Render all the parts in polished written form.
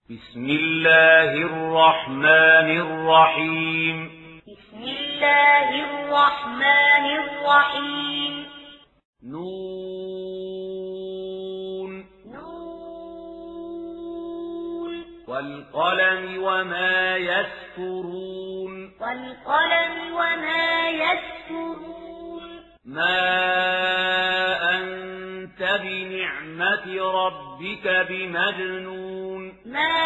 بسم الله الرحمن الرحيم. بسم الله الرحمن الرحيم. نون. نون. والقلم وما يسطرون. والقلم وما يسطرون. ما أنت بنعمة ربك بمجنون. ما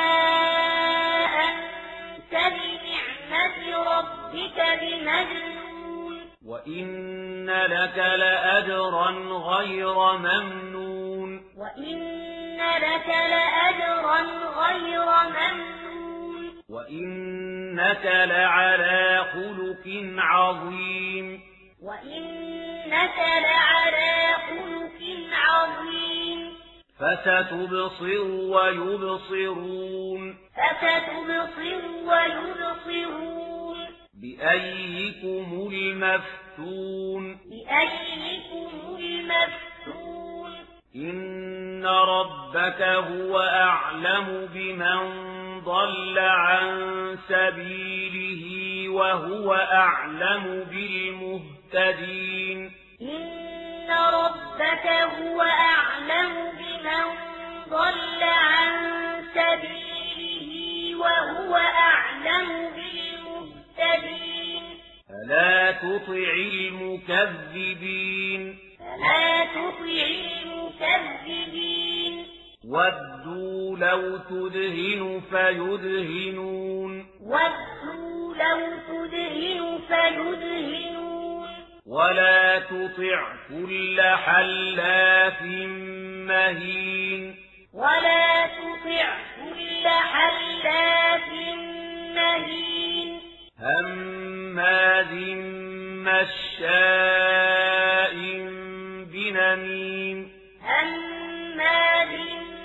أنت بنعمة ربك بمجنون. وإن لك لأجرا غير ممنون. وإن لك لأجرا غير ممنون. وإنك لعلى خلق عظيم. وإنك لعلى خلق عظيم. فستبصر ويبصرون. فستبصر ويبصرون. بأيكم المفتون. بأيكم المفتون. إن ربك هو أعلم بمن ضل عن سبيله وهو أعلم بالمهتدين. إن ربك هو أعلم بمن ضل عن سبيله وهو أعلم بالمهتدين. فلا تطع المكذبين. فلا تطع المكذبين. ودوا لو تدهن فيدهنون. ودوا لو تدهن فيدهنون. ولا تطع كل حلاف مهين. ولا تطع كل حلاف مهين. هماز مشاء بنميم. هماز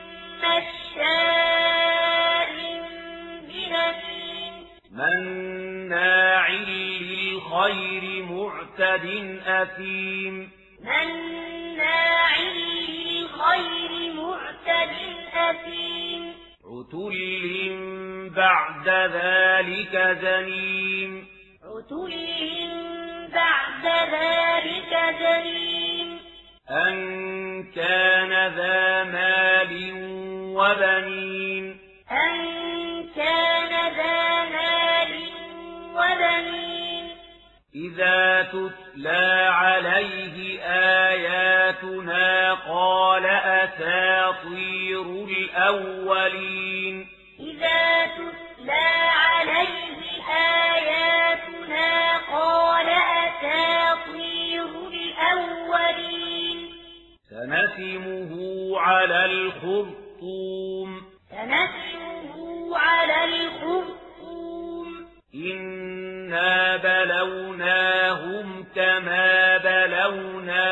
مشاء بنميم. مناع للخير معتد أثيم. مناع للخير معتد أثيم. عتل بعد ذلك زنيم. عتل بعد ذلك زنيم. أن كان ذا مال وبنين. أن كان ذا مال وبنين. إذا تتلى عليه آياتنا قال أساطير الأولين. إذا تتلى عليه آياتنا قال أساطير الأولين. سنسمه على الخرطوم. سنسمه على الخرطوم. إنا بلوناهم كما بلونا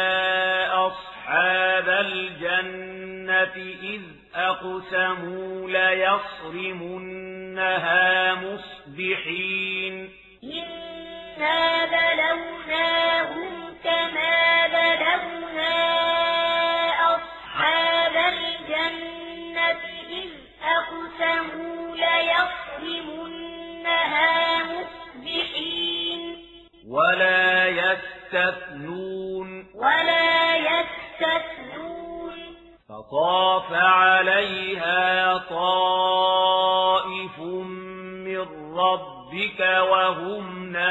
أصحاب الجنة إذ أقسموا ليصرمنها مصبحين. إنا بلوناهم كما بلونا أصحاب الجنة إذ أقسموا ليصرمنها مصبحين. ولا يستثنون. ولا يستثنون. فطاف عليها طائف من ربك وهم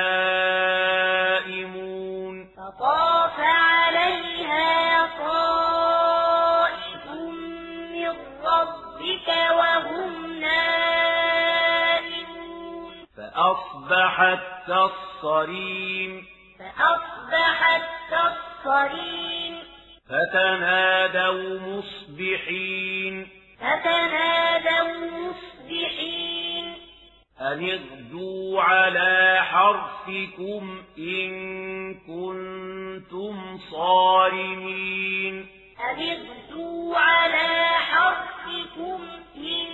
نائمون. فطاف عليها طائف من ربك وهم نائمون. فأصبحت كالصريم. فأصبحت كالصريم. فتنادوا مصبحين. فتنادوا مصبحين. أن اغدوا على حرثكم إن كنتم صارمين. أن اغدوا على حرثكم إن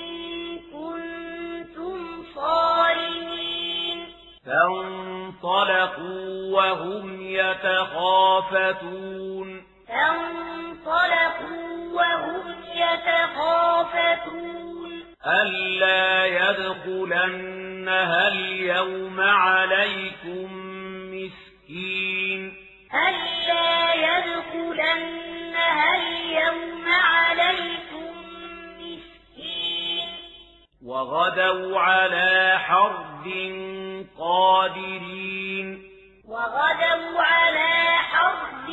كنتم صارمين. فانطلقوا وهم يتخافتون. فانطلقوا وهم يتخافتون. ألا يدخلنها اليوم عليكم مسكين ألا يدخلنها اليوم عليكم مسكين وغدوا على حرد قادرين وغدوا على حرد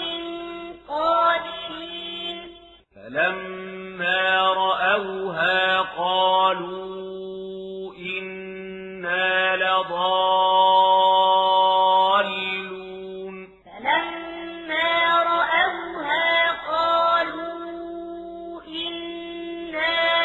قادرين فلما رأوها قالوا إنا لضالون فلما رأوها قالوا إنا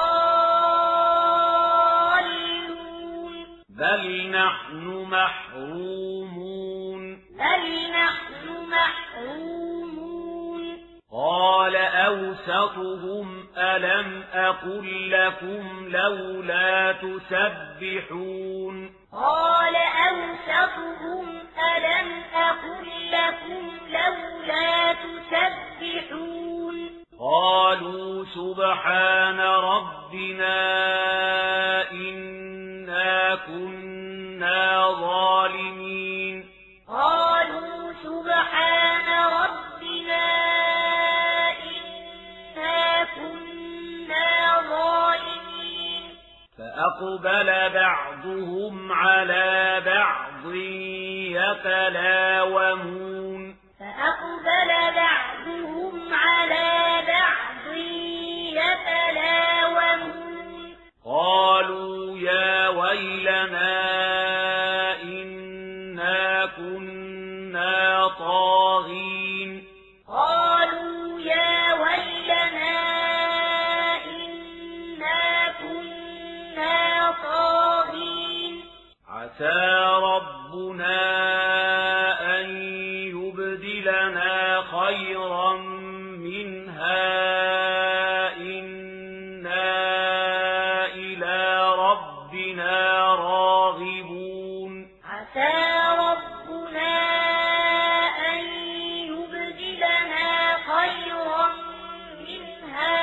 لضالون بل نحن محرومون بل نحن محرومون قال أوسطهم ألم أقل لكم لولا تسبحون قال أوسطهم ألم أقل لكم لولا تسبحون قالوا سبحان ربنا إنا كنا ظالمين قالوا سبحان ربنا إنا كنا ظالمين فأقبل بعضهم على بعض يتلاومون فأقبل بعضهم على بعض يتلاومون قالوا يا ويلنا إنا كنا طاغين قالوا يا ويلنا إنا كنا طاغين عسى ربنا أن يبدلنا خيرا منها إنا إلى ربنا راغبون عسى ربنا أن يبدلنا خيرا منها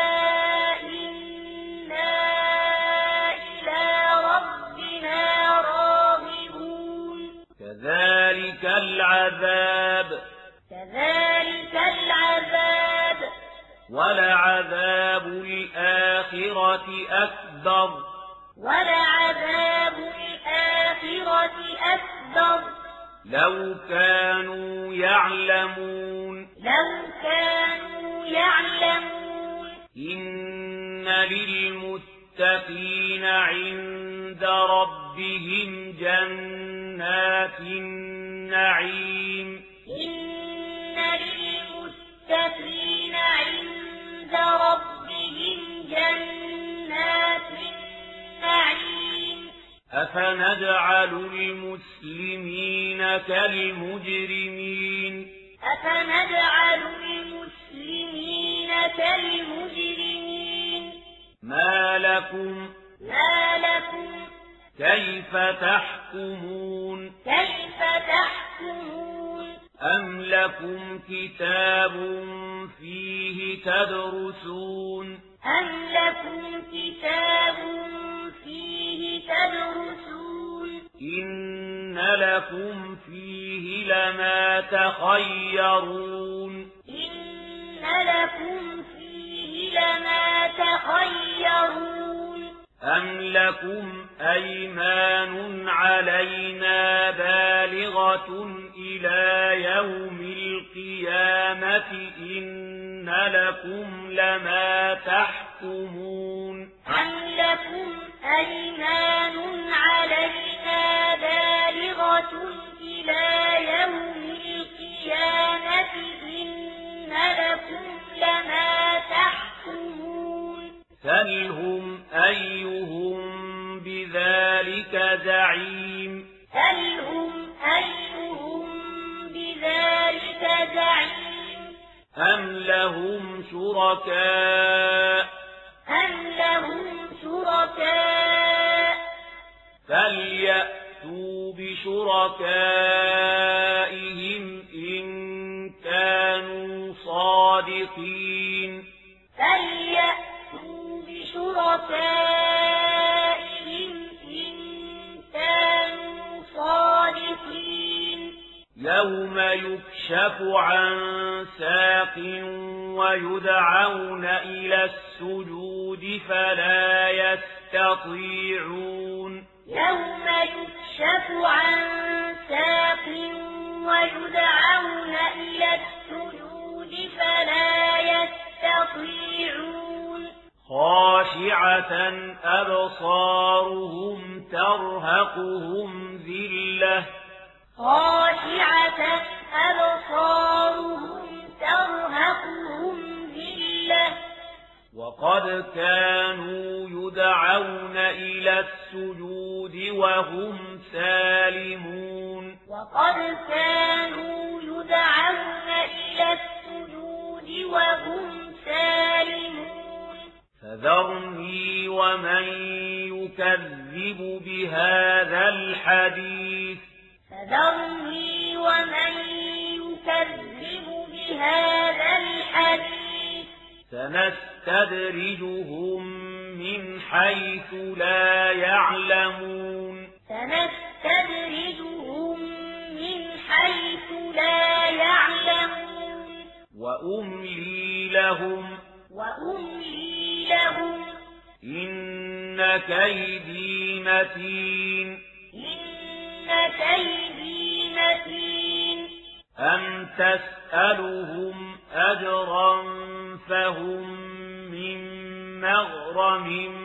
إنا إلى ربنا راغبون كذلك العذاب ولعذاب الآخرة أكبر ولعذاب الآخرة أكبر لو كانوا يعلمون إن للمتقين عند ربهم جنات النعيم إن للمتقين عند ربهم جنات النعيم أفنجعل المسلمين كالمجرمين أفنجعل المسلمين كالمجرمين ما لكم كيف تحكمون أم لكم كتاب فيه تدرسون إن لكم فيه لما تخيرون أم لكم أيمان علينا بالغة إلى يوم القيامة إن لكم لما تحكمون أم لكم أيمان علينا بالغة إلى يوم القيامة إن لكم لما تحكمون سلهم أيهم بذلك زعيم أم لهم شركاء فليأتوا بشركائهم إن كانوا صادقين فليأتوا بشركائهم يكشف عن ساق ويدعون إلى السجود فلا يستطيعون يوم يكشف عن ساق ويدعون إلى السجود فلا يستطيعون خاشعة أبصارهم ترهقهم ذلة خاشعة أبصارهم ترهقهم ذلة وقد كانوا يدعون إلى السجود وهم سالمون وقد كانوا يدعون إلى السجود وهم سالمون فذرني ومن يكذب بهذا الحديث فذرني ومن يكذب بهذا الحديث سنستدرجهم من حيث لا يعلمون سنستدرجهم من حيث لا يعلمون وأملي لهم إن كيدي متين إن كيدي متين أم تسألهم أجرا فهم من مغرم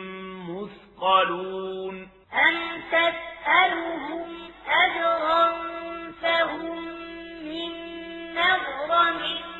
مثقلون أم تسألهم أجرا فهم من مغرم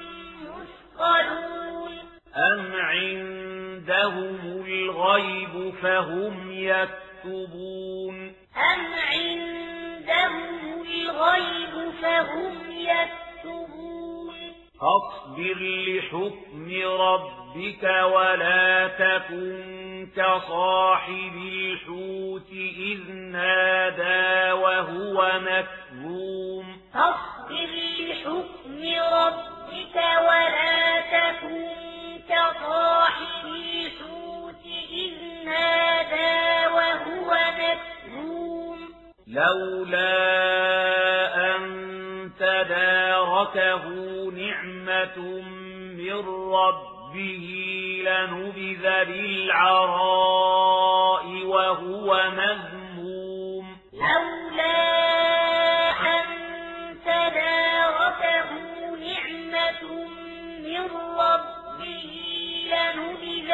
مثقلون أم عندهم الغيب فهم يكتبون أم عندهم الغيب فهم يكتبون أصبر لحكم ربك ولا تكن كصاحب الحوت إذ نادى وهو مكظوم أصبر لحكم ربك ولا تكن كصاحب الحوت إذ نادى وهو مكظوم لولا أن تداركه نعمة من ربه لنبذ بالعراء وهو مذموم لولا أن تداركه نعمة من ربه لنبذ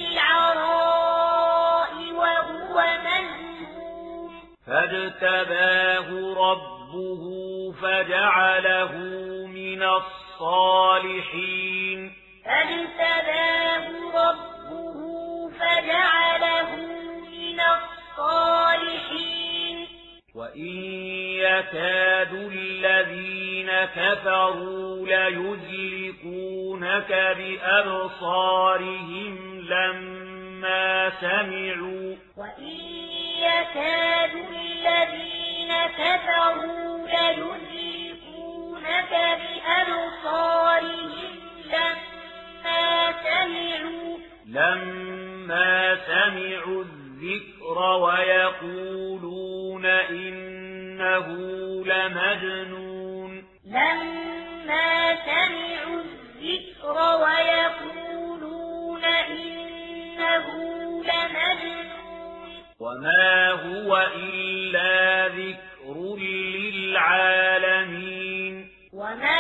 بالعراء وهو مذموم فاجتباه ربه فجعله من الصالحين فاجتباه ربه فجعله من الصالحين وإن يكاد الذين كفروا ليزلقونك بأبصارهم لما سمعوا وإن يكاد الذين كفروا ليزلقونك بأبصارهم لما سمعوا الذكر ويقولون إنه لمجنون لما سمعوا الذكر ويقولون إنه لمجنون وما هو إلا ذكر للعالمين وما